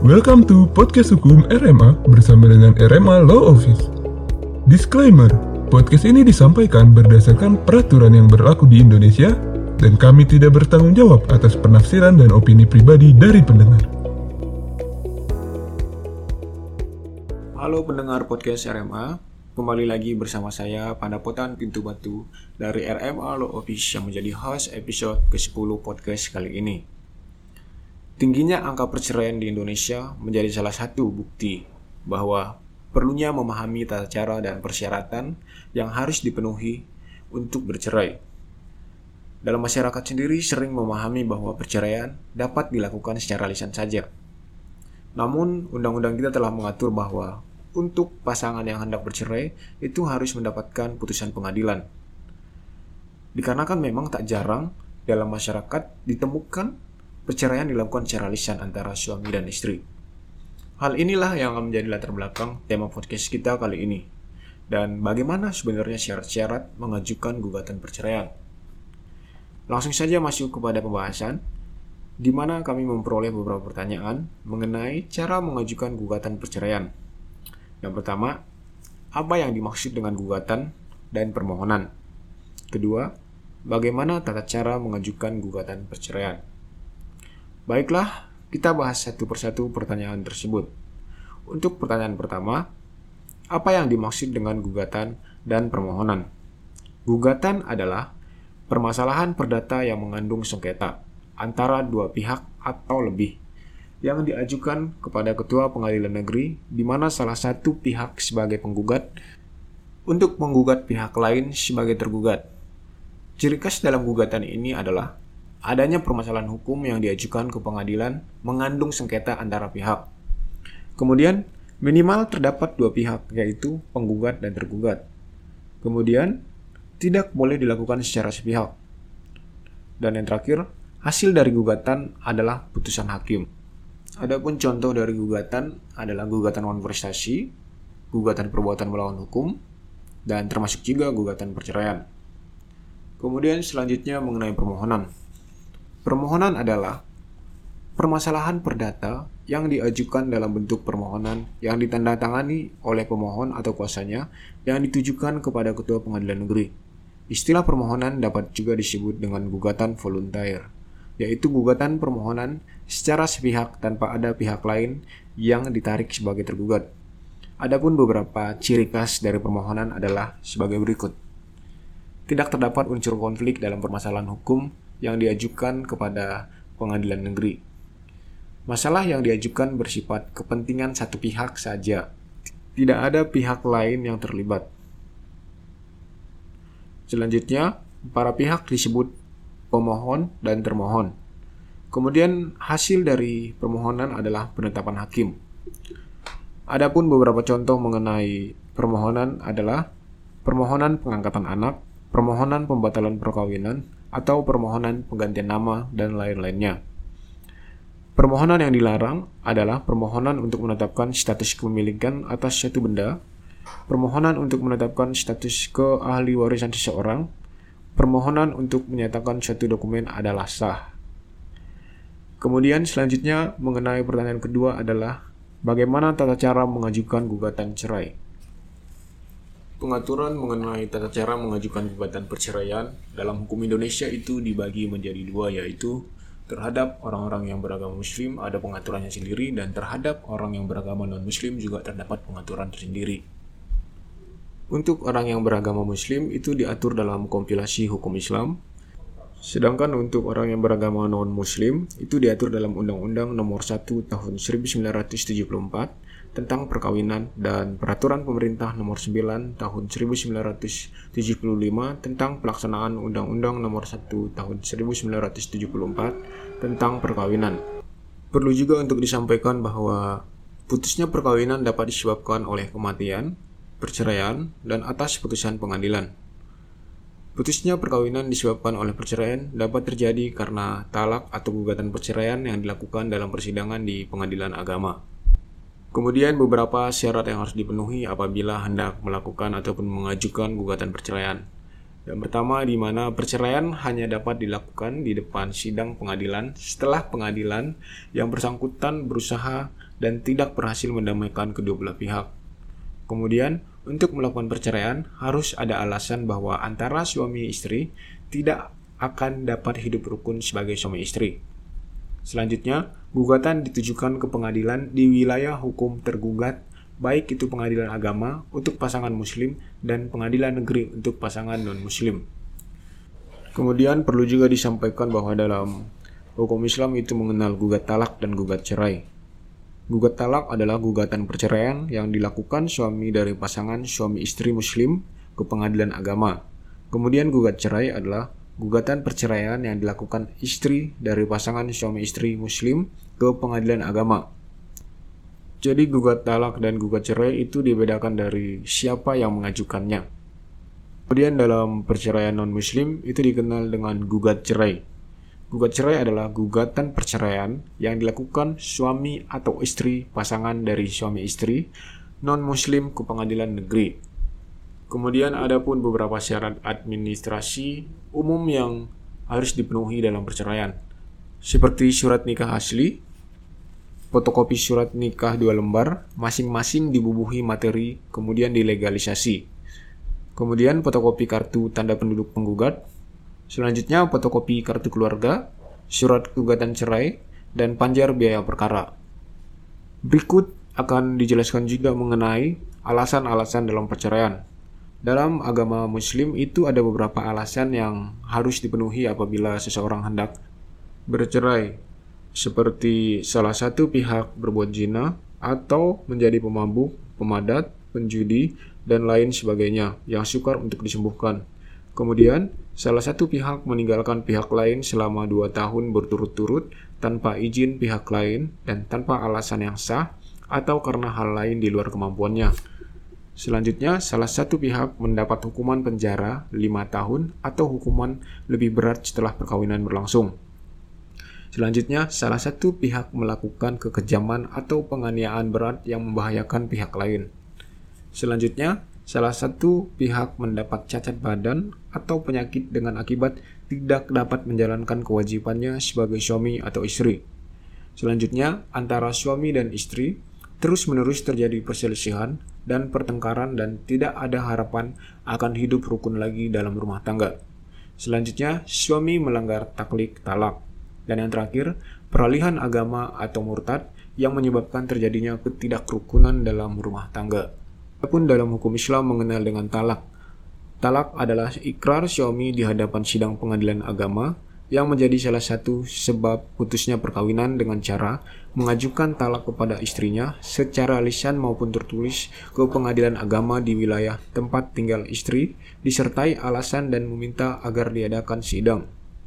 Welcome to Podcast Hukum RMA bersama dengan RMA Law Office. Disclaimer, podcast ini disampaikan berdasarkan peraturan yang berlaku di Indonesia dan kami tidak bertanggung jawab atas penafsiran dan opini pribadi dari pendengar. Halo pendengar podcast RMA, kembali lagi bersama saya Pandapotan Pintu Batu dari RMA Law Office yang menjadi host episode ke-10 podcast kali ini. Tingginya angka perceraian di Indonesia menjadi salah satu bukti bahwa perlunya memahami tata cara dan persyaratan yang harus dipenuhi untuk bercerai. Dalam masyarakat sendiri sering memahami bahwa perceraian dapat dilakukan secara lisan saja. Namun, undang-undang kita telah mengatur bahwa untuk pasangan yang hendak bercerai itu harus mendapatkan putusan pengadilan. Dikarenakan memang tak jarang dalam masyarakat ditemukan perceraian dilakukan secara lisan antara suami dan istri. Hal inilah yang akan menjadi latar belakang tema podcast kita kali ini. Dan bagaimana sebenarnya syarat-syarat mengajukan gugatan perceraian. Langsung saja masuk kepada pembahasan, di mana kami memperoleh beberapa pertanyaan mengenai cara mengajukan gugatan perceraian. Yang pertama, apa yang dimaksud dengan gugatan dan permohonan? Kedua, bagaimana tata cara mengajukan gugatan perceraian? Baiklah, kita bahas satu persatu pertanyaan tersebut. Untuk pertanyaan pertama, apa yang dimaksud dengan gugatan dan permohonan? Gugatan adalah permasalahan perdata yang mengandung sengketa antara dua pihak atau lebih yang diajukan kepada Ketua Pengadilan Negeri di mana salah satu pihak sebagai penggugat untuk menggugat pihak lain sebagai tergugat. Ciri khas dalam gugatan ini adalah adanya permasalahan hukum yang diajukan ke pengadilan mengandung sengketa antara pihak. Kemudian, minimal terdapat dua pihak, yaitu penggugat dan tergugat. Kemudian, tidak boleh dilakukan secara sepihak. Dan yang terakhir, hasil dari gugatan adalah putusan hakim. Adapun contoh dari gugatan adalah gugatan non-prestasi, gugatan perbuatan melawan hukum, dan termasuk juga gugatan perceraian. Kemudian selanjutnya mengenai permohonan. Permohonan adalah permasalahan perdata yang diajukan dalam bentuk permohonan yang ditandatangani oleh pemohon atau kuasanya yang ditujukan kepada Ketua Pengadilan Negeri. Istilah permohonan dapat juga disebut dengan gugatan voluntair, yaitu gugatan permohonan secara sepihak tanpa ada pihak lain yang ditarik sebagai tergugat. Adapun beberapa ciri khas dari permohonan adalah sebagai berikut. Tidak terdapat unsur konflik dalam permasalahan hukum yang diajukan kepada pengadilan negeri. Masalah yang diajukan bersifat kepentingan satu pihak saja. Tidak ada pihak lain yang terlibat. Selanjutnya, para pihak disebut pemohon dan termohon. Kemudian hasil dari permohonan adalah penetapan hakim. Adapun beberapa contoh mengenai permohonan adalah permohonan pengangkatan anak, permohonan pembatalan perkawinan, atau permohonan penggantian nama dan lain-lainnya. Permohonan yang dilarang adalah permohonan untuk menetapkan status kepemilikan atas suatu benda, permohonan untuk menetapkan status keahli warisan seseorang, permohonan untuk menyatakan suatu dokumen adalah sah. Kemudian selanjutnya mengenai pertanyaan kedua adalah bagaimana tata cara mengajukan gugatan cerai. Pengaturan mengenai tata cara mengajukan gugatan perceraian dalam hukum Indonesia itu dibagi menjadi dua, yaitu terhadap orang-orang yang beragama Muslim ada pengaturannya sendiri dan terhadap orang yang beragama non-Muslim juga terdapat pengaturan tersendiri. Untuk orang yang beragama Muslim itu diatur dalam kompilasi hukum Islam, sedangkan untuk orang yang beragama non-Muslim itu diatur dalam Undang-Undang Nomor 1 Tahun 1974 tentang perkawinan dan Peraturan Pemerintah Nomor 9 Tahun 1975 tentang pelaksanaan Undang-Undang Nomor 1 Tahun 1974 tentang perkawinan. Perlu juga untuk disampaikan bahwa putusnya perkawinan dapat disebabkan oleh kematian, perceraian, dan atas putusan pengadilan. Putusnya perkawinan disebabkan oleh perceraian dapat terjadi karena talak atau gugatan perceraian yang dilakukan dalam persidangan di pengadilan agama. Kemudian beberapa syarat yang harus dipenuhi apabila hendak melakukan ataupun mengajukan gugatan perceraian. Yang pertama, di mana perceraian hanya dapat dilakukan di depan sidang pengadilan setelah pengadilan yang bersangkutan berusaha dan tidak berhasil mendamaikan kedua belah pihak. Kemudian, untuk melakukan perceraian harus ada alasan bahwa antara suami istri tidak akan dapat hidup rukun sebagai suami istri. Selanjutnya, gugatan ditujukan ke pengadilan di wilayah hukum tergugat, baik itu pengadilan agama untuk pasangan muslim dan pengadilan negeri untuk pasangan non-muslim. Kemudian perlu juga disampaikan bahwa dalam hukum Islam itu mengenal gugat talak dan gugat cerai. Gugat talak adalah gugatan perceraian yang dilakukan suami dari pasangan suami istri muslim ke pengadilan agama. Kemudian gugat cerai adalah gugatan perceraian yang dilakukan istri dari pasangan suami istri muslim ke pengadilan agama. Jadi gugat talak dan gugat cerai itu dibedakan dari siapa yang mengajukannya. Kemudian dalam perceraian non-muslim itu dikenal dengan gugat cerai. Gugat cerai adalah gugatan perceraian yang dilakukan suami atau istri pasangan dari suami istri non-muslim ke pengadilan negeri. Kemudian ada pun beberapa syarat administrasi umum yang harus dipenuhi dalam perceraian, seperti surat nikah asli, fotokopi surat nikah 2 lembar, masing-masing dibubuhi materi, kemudian dilegalisasi. Kemudian fotokopi kartu tanda penduduk penggugat. Selanjutnya fotokopi kartu keluarga, surat gugatan cerai, dan panjar biaya perkara. Berikut akan dijelaskan juga mengenai alasan-alasan dalam perceraian. Dalam agama Muslim itu ada beberapa alasan yang harus dipenuhi apabila seseorang hendak bercerai, seperti salah satu pihak berbuat zina atau menjadi pemabuk, pemadat, penjudi, dan lain sebagainya yang sukar untuk disembuhkan. Kemudian, salah satu pihak meninggalkan pihak lain selama 2 tahun berturut-turut tanpa izin pihak lain dan tanpa alasan yang sah atau karena hal lain di luar kemampuannya. Selanjutnya, salah satu pihak mendapat hukuman penjara 5 tahun atau hukuman lebih berat setelah perkawinan berlangsung. Selanjutnya, salah satu pihak melakukan kekejaman atau penganiayaan berat yang membahayakan pihak lain. Selanjutnya, salah satu pihak mendapat cacat badan atau penyakit dengan akibat tidak dapat menjalankan kewajibannya sebagai suami atau istri. Selanjutnya, antara suami dan istri terus-menerus terjadi perselisihan dan pertengkaran dan tidak ada harapan akan hidup rukun lagi dalam rumah tangga. Selanjutnya, suami melanggar taklid talak. Dan yang terakhir, peralihan agama atau murtad yang menyebabkan terjadinya ketidakrukunan dalam rumah tangga. Adapun dalam hukum Islam mengenal dengan talak. Talak adalah ikrar suami di hadapan sidang pengadilan agama yang menjadi salah satu sebab putusnya perkawinan dengan cara mengajukan talak kepada istrinya secara lisan maupun tertulis ke pengadilan agama di wilayah tempat tinggal istri, disertai alasan dan meminta agar diadakan sidang.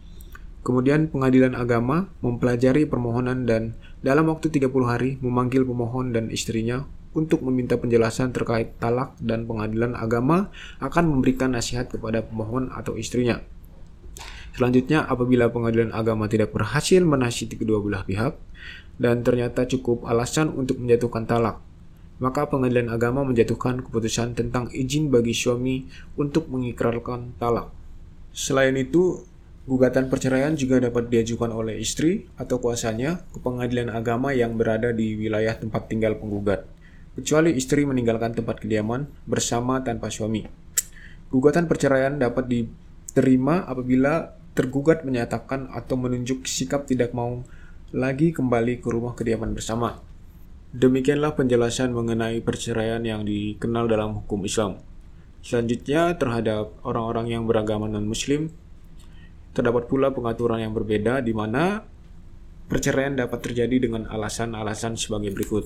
Kemudian pengadilan agama mempelajari permohonan dan dalam waktu 30 hari memanggil pemohon dan istrinya untuk meminta penjelasan terkait talak, dan pengadilan agama akan memberikan nasihat kepada pemohon atau istrinya. Selanjutnya, apabila pengadilan agama tidak berhasil menasihati kedua belah pihak dan ternyata cukup alasan untuk menjatuhkan talak, maka pengadilan agama menjatuhkan keputusan tentang izin bagi suami untuk mengikrarkan talak. Selain itu, gugatan perceraian juga dapat diajukan oleh istri atau kuasanya ke pengadilan agama yang berada di wilayah tempat tinggal penggugat, kecuali istri meninggalkan tempat kediaman bersama tanpa suami. Gugatan perceraian dapat diterima apabila tergugat menyatakan atau menunjuk sikap tidak mau lagi kembali ke rumah kediaman bersama. Demikianlah penjelasan mengenai perceraian yang dikenal dalam hukum Islam. Selanjutnya, terhadap orang-orang yang beragama non-muslim, terdapat pula pengaturan yang berbeda di mana perceraian dapat terjadi dengan alasan-alasan sebagai berikut.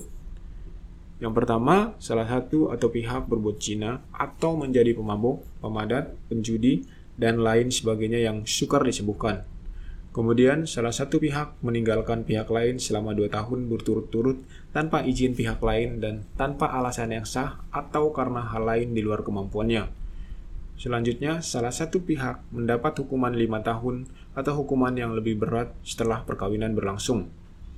Yang pertama, salah satu atau pihak berbuat zina atau menjadi pemabuk, pemadat, penjudi, dan lain sebagainya yang sukar disembuhkan. Kemudian, salah satu pihak meninggalkan pihak lain selama 2 tahun berturut-turut tanpa izin pihak lain dan tanpa alasan yang sah atau karena hal lain di luar kemampuannya. Selanjutnya, salah satu pihak mendapat hukuman 5 tahun atau hukuman yang lebih berat setelah perkawinan berlangsung.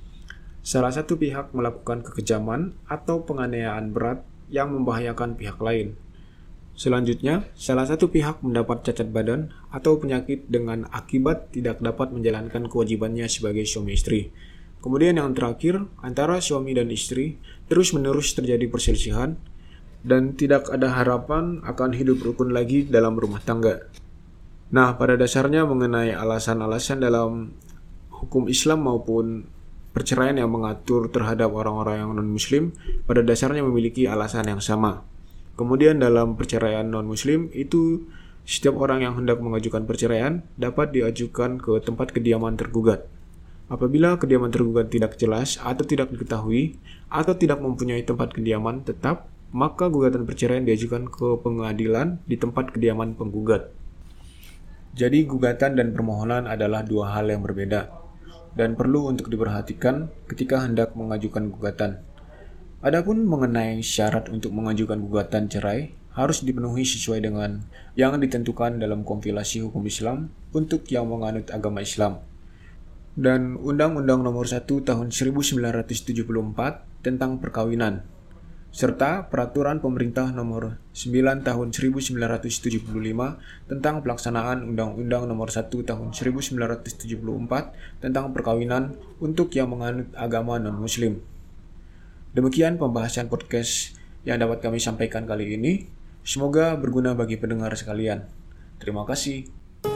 Salah satu pihak melakukan kekejaman atau penganiayaan berat yang membahayakan pihak lain. Selanjutnya, salah satu pihak mendapat cacat badan atau penyakit dengan akibat tidak dapat menjalankan kewajibannya sebagai suami istri. Kemudian yang terakhir, antara suami dan istri terus-menerus terjadi perselisihan dan tidak ada harapan akan hidup rukun lagi dalam rumah tangga. Nah, pada dasarnya mengenai alasan-alasan dalam hukum Islam maupun perceraian yang mengatur terhadap orang-orang yang non-muslim, pada dasarnya memiliki alasan yang sama. Kemudian dalam perceraian non-muslim itu setiap orang yang hendak mengajukan perceraian dapat diajukan ke tempat kediaman tergugat. Apabila kediaman tergugat tidak jelas atau tidak diketahui atau tidak mempunyai tempat kediaman tetap, maka gugatan perceraian diajukan ke pengadilan di tempat kediaman penggugat. Jadi gugatan dan permohonan adalah dua hal yang berbeda dan perlu untuk diperhatikan ketika hendak mengajukan gugatan. Adapun mengenai syarat untuk mengajukan gugatan cerai harus dipenuhi sesuai dengan yang ditentukan dalam kompilasi hukum Islam untuk yang menganut agama Islam dan Undang-Undang Nomor 1 Tahun 1974 tentang perkawinan serta Peraturan Pemerintah Nomor 9 Tahun 1975 tentang pelaksanaan Undang-Undang Nomor 1 Tahun 1974 tentang perkawinan untuk yang menganut agama non-muslim. Demikian pembahasan podcast yang dapat kami sampaikan kali ini. Semoga berguna bagi pendengar sekalian. Terima kasih.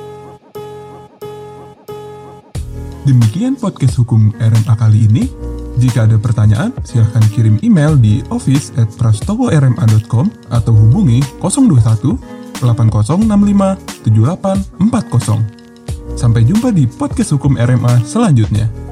Demikian podcast hukum RMA kali ini. Jika ada pertanyaan, silahkan kirim email di office@prastoworma.com atau hubungi 021 8065 7840. Sampai jumpa di podcast hukum RMA selanjutnya.